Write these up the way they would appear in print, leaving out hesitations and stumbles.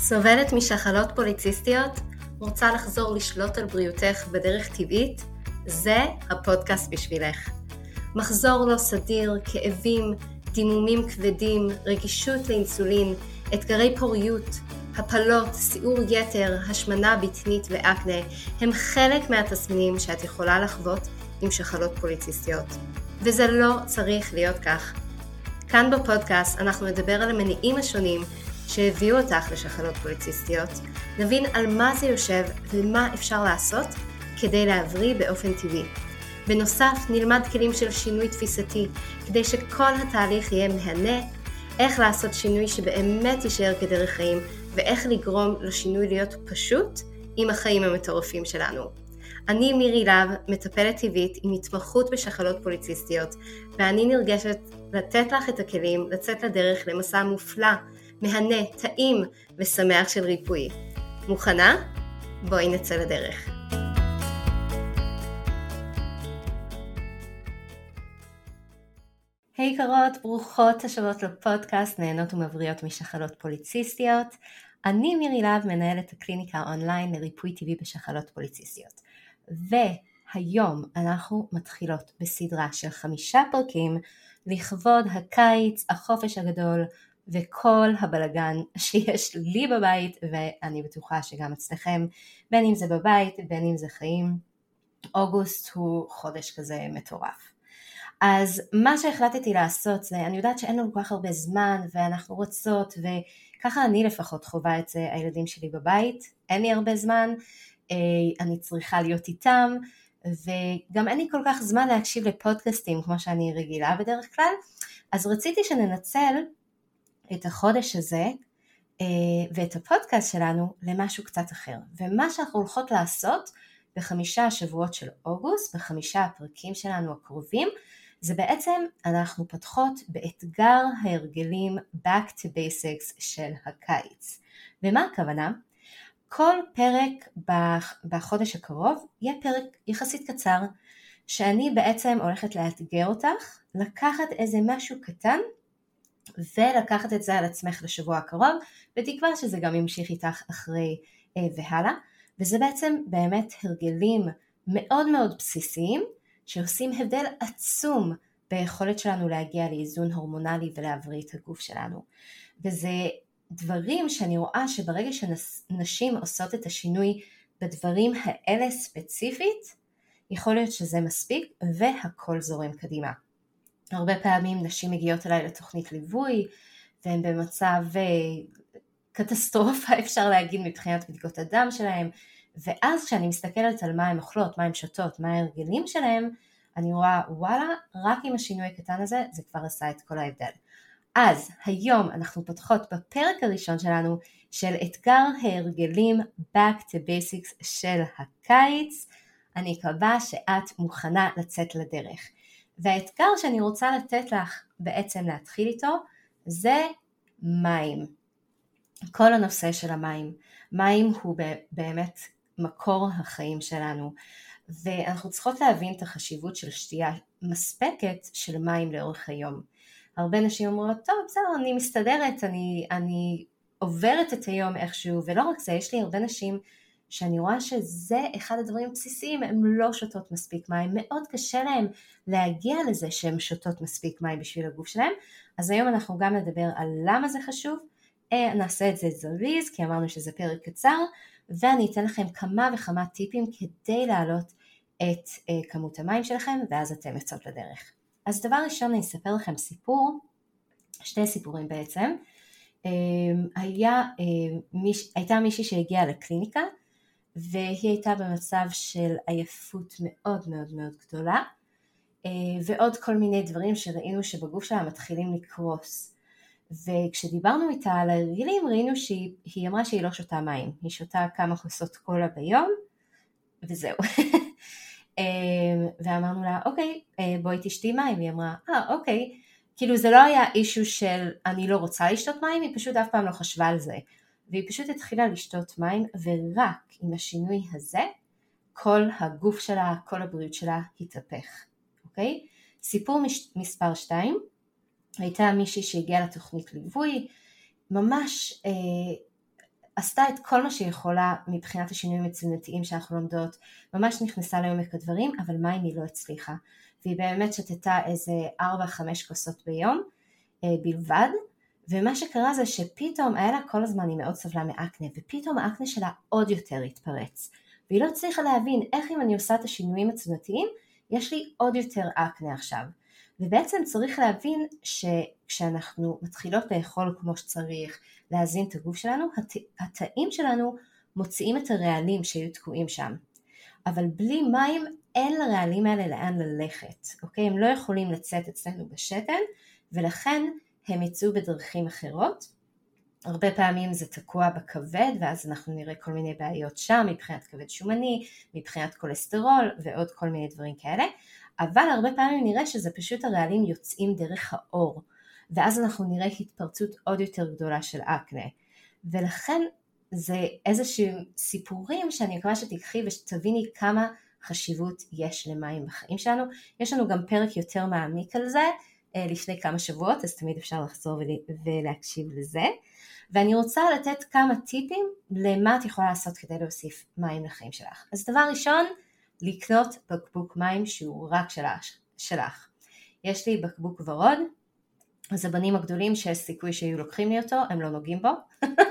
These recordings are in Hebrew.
סובלת משחלות פוליציסטיות? רוצה לחזור לשלוט על בריאותך בדרך טבעית? זה הפודקאסט בשבילך. מחזור לא סדיר, כאבים, דימומים כבדים, רגישות לאינסולין, אתגרי פוריות, הפלות, סיעור יתר, השמנה בטנית ואקנה הם חלק מהתסמינים שאת יכולה לחוות עם שחלות פוליציסטיות. וזה לא צריך להיות כך. כאן בפודקאסט אנחנו נדבר על המניעים השונים שהביאו אותך לשחלות פוליציסטיות, נבין על מה זה יושב ומה אפשר לעשות כדי להבריא באופן טבעי. בנוסף נלמד כלים של שינוי תפיסתי כדי שכל התהליך יהיה מהנה, איך לעשות שינוי שבאמת יישאר כדרך חיים ואיך לגרום לשינוי להיות פשוט עם החיים המטורפים שלנו. אני מירי להב, מטפלת טבעית עם התמחות בשחלות פוליציסטיות, ואני נרגשת לתת לך את הכלים לצאת לדרך למסע מופלא, מהנה, טעים ושמח של ריפוי. מוכנה? בואי נצא לדרך. היי יקרות, ברוכות השבות לפודקאסט נהנות ומבריאות משחלות פוליציסטיות. אני מירי להב, מנהלת הקליניקה אונליין לריפוי טבעי בשחלות פוליציסטיות. והיום אנחנו מתחילות בסדרה של 5 פרקים לכבוד הקיץ, החופש הגדול וכל הבלגן שיש לי בבית, ואני בטוחה שגם אצלכם, בין אם זה בבית, בין אם זה חיים. אוגוסט הוא חודש כזה מטורף. אז מה שהחלטתי לעשות זה, אני יודעת שאין לנו כל כך הרבה זמן ואנחנו רוצות, וככה אני לפחות חווה את זה, הילדים שלי בבית, אין לי הרבה זמן, אני צריכה להיות איתם, וגם אין לי כל כך זמן להקשיב לפודקאסטים כמו שאני רגילה בדרך כלל, אז רציתי שננצל את החודש הזה ואת הפודקאסט שלנו למשהו קצת אחר. ומה שאנחנו הולכות לעשות ב5 השבועות של אוגוסט, ב5 הפרקים שלנו הקרובים, זה בעצם אנחנו פתחות באתגר ההרגלים Back to Basics של הקיץ. ומה הכוונה? כל פרק בחודש הקרוב יהיה פרק יחסית קצר, שאני בעצם הולכת לאתגר אותך, לקחת איזה משהו קטן, ולקחת את זה על עצמך לשבוע הקרוב, בתקווה שזה גם ימשיך איתך אחרי והלאה, וזה בעצם באמת הרגלים מאוד מאוד בסיסיים, שעושים הבדל עצום ביכולת שלנו להגיע לאיזון הורמונלי ולהבריא את הגוף שלנו. וזה דברים שאני רואה שברגע שנשים עושות את השינוי בדברים האלה ספציפית, יכול להיות שזה מספיק והכל זורם קדימה. הרבה פעמים נשים מגיעות אליי לתוכנית ליווי, והן במצב קטסטרופה אפשר להגיד מבחינת בדיקות הדם שלהם, ואז כשאני מסתכלת על מה הן אוכלות, מה הן שותות, מה ההרגלים שלהם, אני רואה וואלה, רק עם השינוי הקטן הזה, זה כבר עשה את כל ההבדל. אז היום אנחנו פותחות בפרק הראשון שלנו של אתגר ההרגלים Back to Basics של הקיץ. אני מקווה שאת מוכנה לצאת לדרך. והאתגר שאני רוצה לתת לך בעצם להתחיל איתו זה מים. כל הנושא של המים. מים הוא באמת מקור החיים שלנו. ואנחנו צריכות להבין את החשיבות של שתייה מספקת של מים לאורך היום. הרבה נשים אומרות, טוב, בסדר, אני מסתדרת, אני עוברת את היום איכשהו, ולא רק זה, יש לי הרבה נשים שאני רואה שזה אחד הדברים הבסיסיים, הן לא שותות מספיק מים, מאוד קשה להן להגיע לזה שהן שותות מספיק מים בשביל הגוף שלהן, אז היום אנחנו גם נדבר על למה זה חשוב, נעשה את זה זריז, כי אמרנו שזה פרק קצר, ואני אתן לכם כמה וכמה טיפים כדי להעלות את כמות המים שלכם, ואז אתם יוצאות לדרך. אז דבר ראשון אני אספר לכם סיפור, 2 סיפורים בעצם. הייתה מישהי שהגיעה לקליניקה, והיא הייתה במצב של עייפות מאוד מאוד מאוד גדולה, ועוד כל מיני דברים שראינו שבגוף שלה מתחילים לקרוס. וכשדיברנו איתה על ההרגלים, ראינו שהיא אמרה שהיא לא שותה מים, היא שותה כמה כוסות קולה ביום, וזהו. ואמרנו לה, אוקיי, בואי תשתי מים. היא אמרה, אוקיי. כאילו זה לא היה אישו של אני לא רוצה לשתות מים, היא פשוט אף פעם לא חשבה על זה. והיא פשוט התחילה לשתות מים, ורק עם השינוי הזה, כל הגוף שלה, כל הבריאות שלה התהפך. אוקיי? סיפור מספר 2, הייתה מישהי שהגיעה לתוכנית ליווי, ממש עשתה את כל מה שיכולה מבחינת השינויים התזונתיים שאנחנו לומדות, ממש נכנסה לעומק הדברים, אבל מים היא לא הצליחה. והיא באמת שתתה איזה 4-5 כוסות ביום בלבד, ומה שקרה זה שפתאום היה לה כל הזמן, היא מאוד סבלה מאקנה, ופתאום האקנה שלה עוד יותר התפרץ. והיא לא צריכה להבין איך אם אני עושה את השינויים התזונתיים, יש לי עוד יותר אקנה עכשיו. ובעצם צריך להבין שכשאנחנו מתחילות לאכול כמו שצריך, להזין את הגוף שלנו, התאים שלנו מוציאים את הרעלים שהיו תקועים שם. אבל בלי מים אין לרעלים האלה לאן ללכת, אוקיי? הם לא יכולים לצאת אצלנו בשתן, ולכן הם יצאו בדרכים אחרות. הרבה פעמים זה תקוע בכבד, ואז אנחנו נראה כל מיני בעיות שם, מבחינת כבד שומני, מבחינת קולסטרול, ועוד כל מיני דברים כאלה. אבל הרבה פעמים נראה שזה פשוט הרעלים יוצאים דרך האור, ואז אנחנו נראה התפרצות עוד יותר גדולה של אקנה. ולכן זה איזשהם סיפורים שאני מקווה שתיקחי ושתביני כמה חשיבות יש למים בחיים שלנו. יש לנו גם פרק יותר מעמיק על זה לפני כמה שבועות, אז תמיד אפשר לחזור ולהקשיב לזה. ואני רוצה לתת כמה טיפים למה את יכולה לעשות כדי להוסיף מים לחיים שלך. אז דבר ראשון, לקנות בקבוק מים שהוא רק שלך. יש לי בקבוק ורוד, אז הבנים הגדולים שיש סיכוי שיהיו לוקחים לי אותו, הם לא נוגעים בו.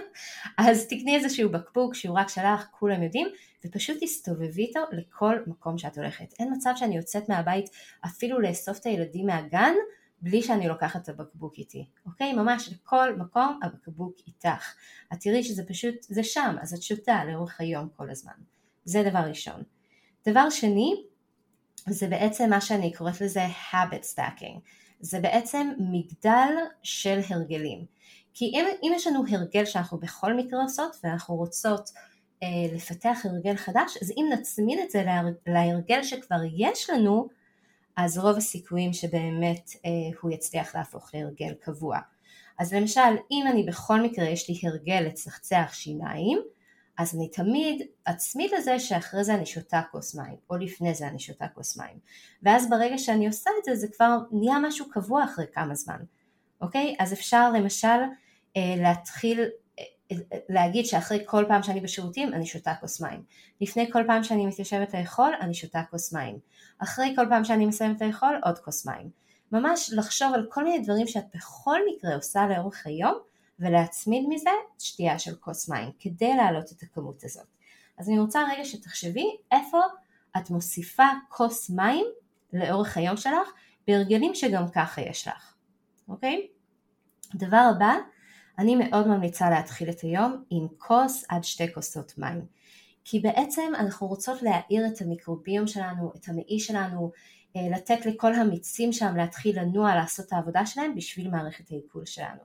אז תקני איזשהו בקבוק שהוא רק שלך, כולם יודעים, ופשוט תסתובבי איתו לכל מקום שאת הולכת. אין מצב שאני יוצאת מהבית אפילו לאסוף את הילדים מהגן, בלי שאני לוקחת את הבקבוק איתי. אוקיי? ממש לכל מקום הבקבוק איתך. את תראי שזה פשוט, זה שם, אז את שותה לאורך היום כל הזמן. זה דבר ראשון. דבר שני, זה בעצם מה שאני קוראת לזה habit stacking. זה בעצם מגדל של הרגלים. כי אם יש לנו הרגל שאנחנו בכל מקרה עושות, ואנחנו רוצות לפתח הרגל חדש, אז אם נצמיד את זה להרגל שכבר יש לנו, אז רוב הסיכויים שבאמת הוא יצליח להפוך להרגל קבוע. אז למשל, אם אני בכל מקרה יש לי הרגל לצחצח שיניים, אז אני תמיד אצמיד לזה שאחרי זה אני שותה כוס מים, או לפני זה אני שותה כוס מים. ואז ברגע שאני עושה את זה, זה כבר נהיה משהו קבוע אחרי כמה זמן. אוקיי? אז אפשר למשל להתחיל להגיד שאחרי כל פעם שאני בשירותים אני שותה כוס מים. לפני כל פעם שאני מתיישבת לאכול אני שותה כוס מים. אחרי כל פעם שאני מסיימת לאכול עוד כוס מים. ממש לחשוב על כל מיני דברים שאת בכל מקרה עושה לאורך היום, ולהצמיד מזה שתייה של כוס מים, כדי להעלות את הכמות הזאת. אז אני רוצה רגע שתחשבי איפה את מוסיפה כוס מים לאורך היום שלך, בהרגלים שגם ככה יש לך. אוקיי? דבר הבא, אני מאוד ממליצה להתחיל את היום עם כוס עד 2 כוסות מים. כי בעצם אנחנו רוצות להאיר את המיקרוביום שלנו, את המעי שלנו, לתת לכל המיצים שם להתחיל לנוע, לעשות את העבודה שלהם בשביל מערכת העיכול שלנו.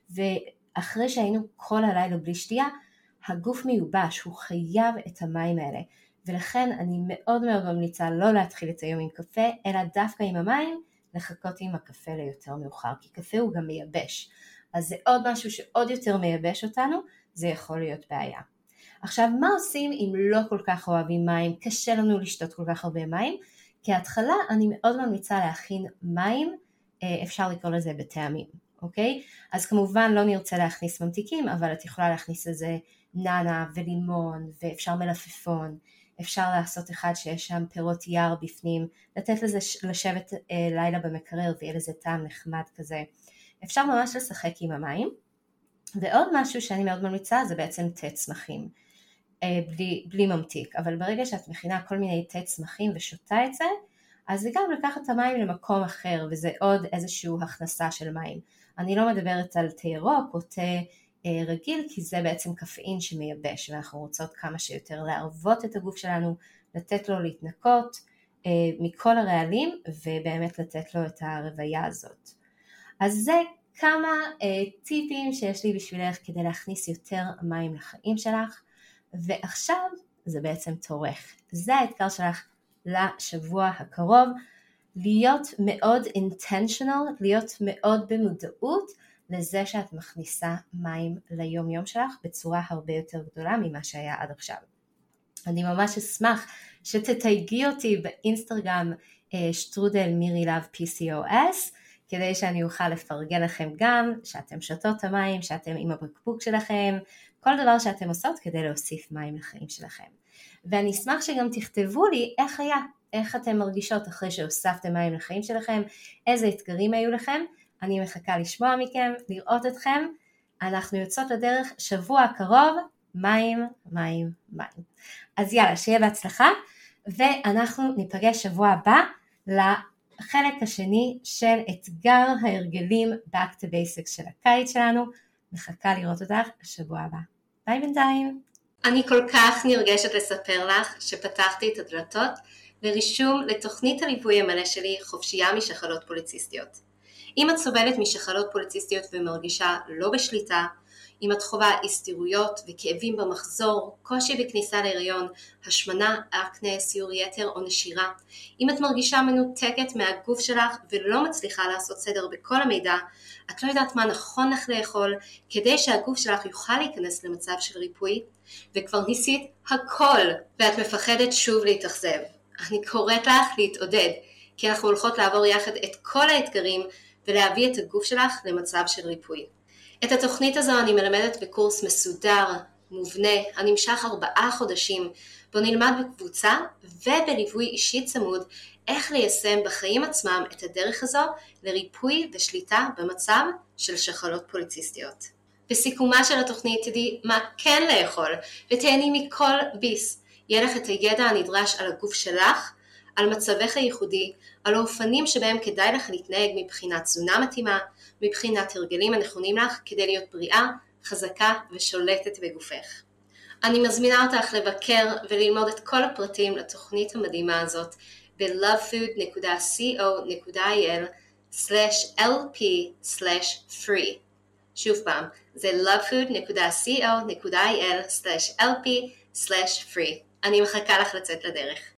ואחרי שהיינו כל הלילה בלי שתייה, הגוף מיובש, הוא חייב את המים האלה. ולכן אני מאוד מאוד ממליצה לא להתחיל את היום עם קפה, אלא דווקא עם המים, לחכות עם הקפה ליותר מאוחר, כי קפה הוא גם מייבש. אז זה עוד משהו שעוד יותר מייבש אותנו, זה יכול להיות בעיה. עכשיו, מה עושים אם לא כל כך אוהבים מים, קשה לנו לשתות כל כך הרבה מים? כהתחלה אני מאוד ממליצה להכין מים, אפשר לקרוא לזה בטעמים, אוקיי? אז כמובן לא נרצה להכניס ממתיקים, אבל את יכולה להכניס לזה ננה ולימון, ואפשר מלפפון, אפשר לעשות אחד שיש שם פירות יער בפנים, לתת לזה לשבת לילה במקרר ויהיה לזה טעם נחמד כזה. אפשר ממש לשחק עם המים. ועוד משהו שאני מאוד ממליצה זה בעצם תה צמחים, בלי ממתיק, אבל ברגע שאת מכינה כל מיני תה צמחים ושותה את זה, אז זה גם לקחת את המים למקום אחר, וזה עוד איזושהי הכנסה של מים. אני לא מדברת על תה ירוק או תה רגיל, כי זה בעצם קפאין שמייבש, ואנחנו רוצות כמה שיותר לערבות את הגוף שלנו, לתת לו להתנקות מכל הרעלים, ובאמת לתת לו את הרוויה הזאת. אז זה כמה טיפים שיש לי בשבילך כדי להכניס יותר מים לחיים שלך, ועכשיו זה בעצם תורך. זה האתגר שלך לשבוע הקרוב, להיות מאוד intentional, להיות מאוד במודעות לזה שאת מכניסה מים ליום יום שלך בצורה הרבה יותר גדולה ממה שהיה עד עכשיו. אני ממש אשמח שתתייגי אותי באינסטגרם שטרודל מירי לב PCOS, כדי שאני אוכל לפרגן לכם גם, שאתם שתות את המים, שאתם עם הבקבוק שלכם, כל דבר שאתם עושות כדי להוסיף מים לחיים שלכם. ואני אשמח שגם תכתבו לי איך היה, איך אתם מרגישות אחרי שהוספתם מים לחיים שלכם, איזה אתגרים היו לכם. אני מחכה לשמוע מכם, לראות אתכם. אנחנו יוצאות לדרך שבוע הקרוב, מים, מים, מים. אז יאללה, שיהיה בהצלחה, ואנחנו ניפגש שבוע הבא לחלק השני של אתגר ההרגלים Back to Basics של הקיץ שלנו. מחכה לראות אותך בשבוע הבא. ביי בינתיים. אני כל כך נרגשת לספר לך שפתחתי את הדלתות לרישום לתוכנית הליווי המלא שלי חופשייה משחלות פוליציסטיות. אם את סובלת משחלות פוליציסטיות ומרגישה לא בשליטה, אם את חווה הסתירויות וכאבים במחזור, קושי בכניסה להיריון, השמנה, אקנה, סיור יתר או נשירה, אם את מרגישה מנותקת מהגוף שלך ולא מצליחה לעשות סדר בכל המידע, את לא יודעת מה נכון לך לאכול כדי שהגוף שלך יוכל להיכנס למצב של ריפוי, וכבר ניסית הכל ואת מפחדת שוב להתאכזב. אני קוראת לך להתעודד, כי אנחנו הולכות לעבור יחד את כל האתגרים ולהביא את הגוף שלך למצב של ריפוי. את התוכנית הזו אני מלמדת בקורס מסודר, מובנה, הנמשך 4 חודשים, בו נלמד בקבוצה ובליווי אישי צמוד איך ליישם בחיים עצמם את הדרך הזו לריפוי ושליטה במצב של שחלות פוליציסטיות. בסיכומה של התוכנית תדעי מה כן לאכול ותהני מכל ביס. יהיה לך את הידע הנדרש על הגוף שלך, על מצבך הייחודי, על האופנים שבהם כדאי לך להתנהג מבחינת תזונה מתאימה, מבחינת הרגלים הנכונים לך כדי להיות בריאה, חזקה ושולטת בגופך. אני מזמינה אותך לבקר וללמוד את כל הפרטים לתוכנית המדהימה הזאת ב-lovefood.co.il/lp/free. שוב פעם, זה lovefood.co.il/lp/free. אני מחכה לך לצאת לדרך.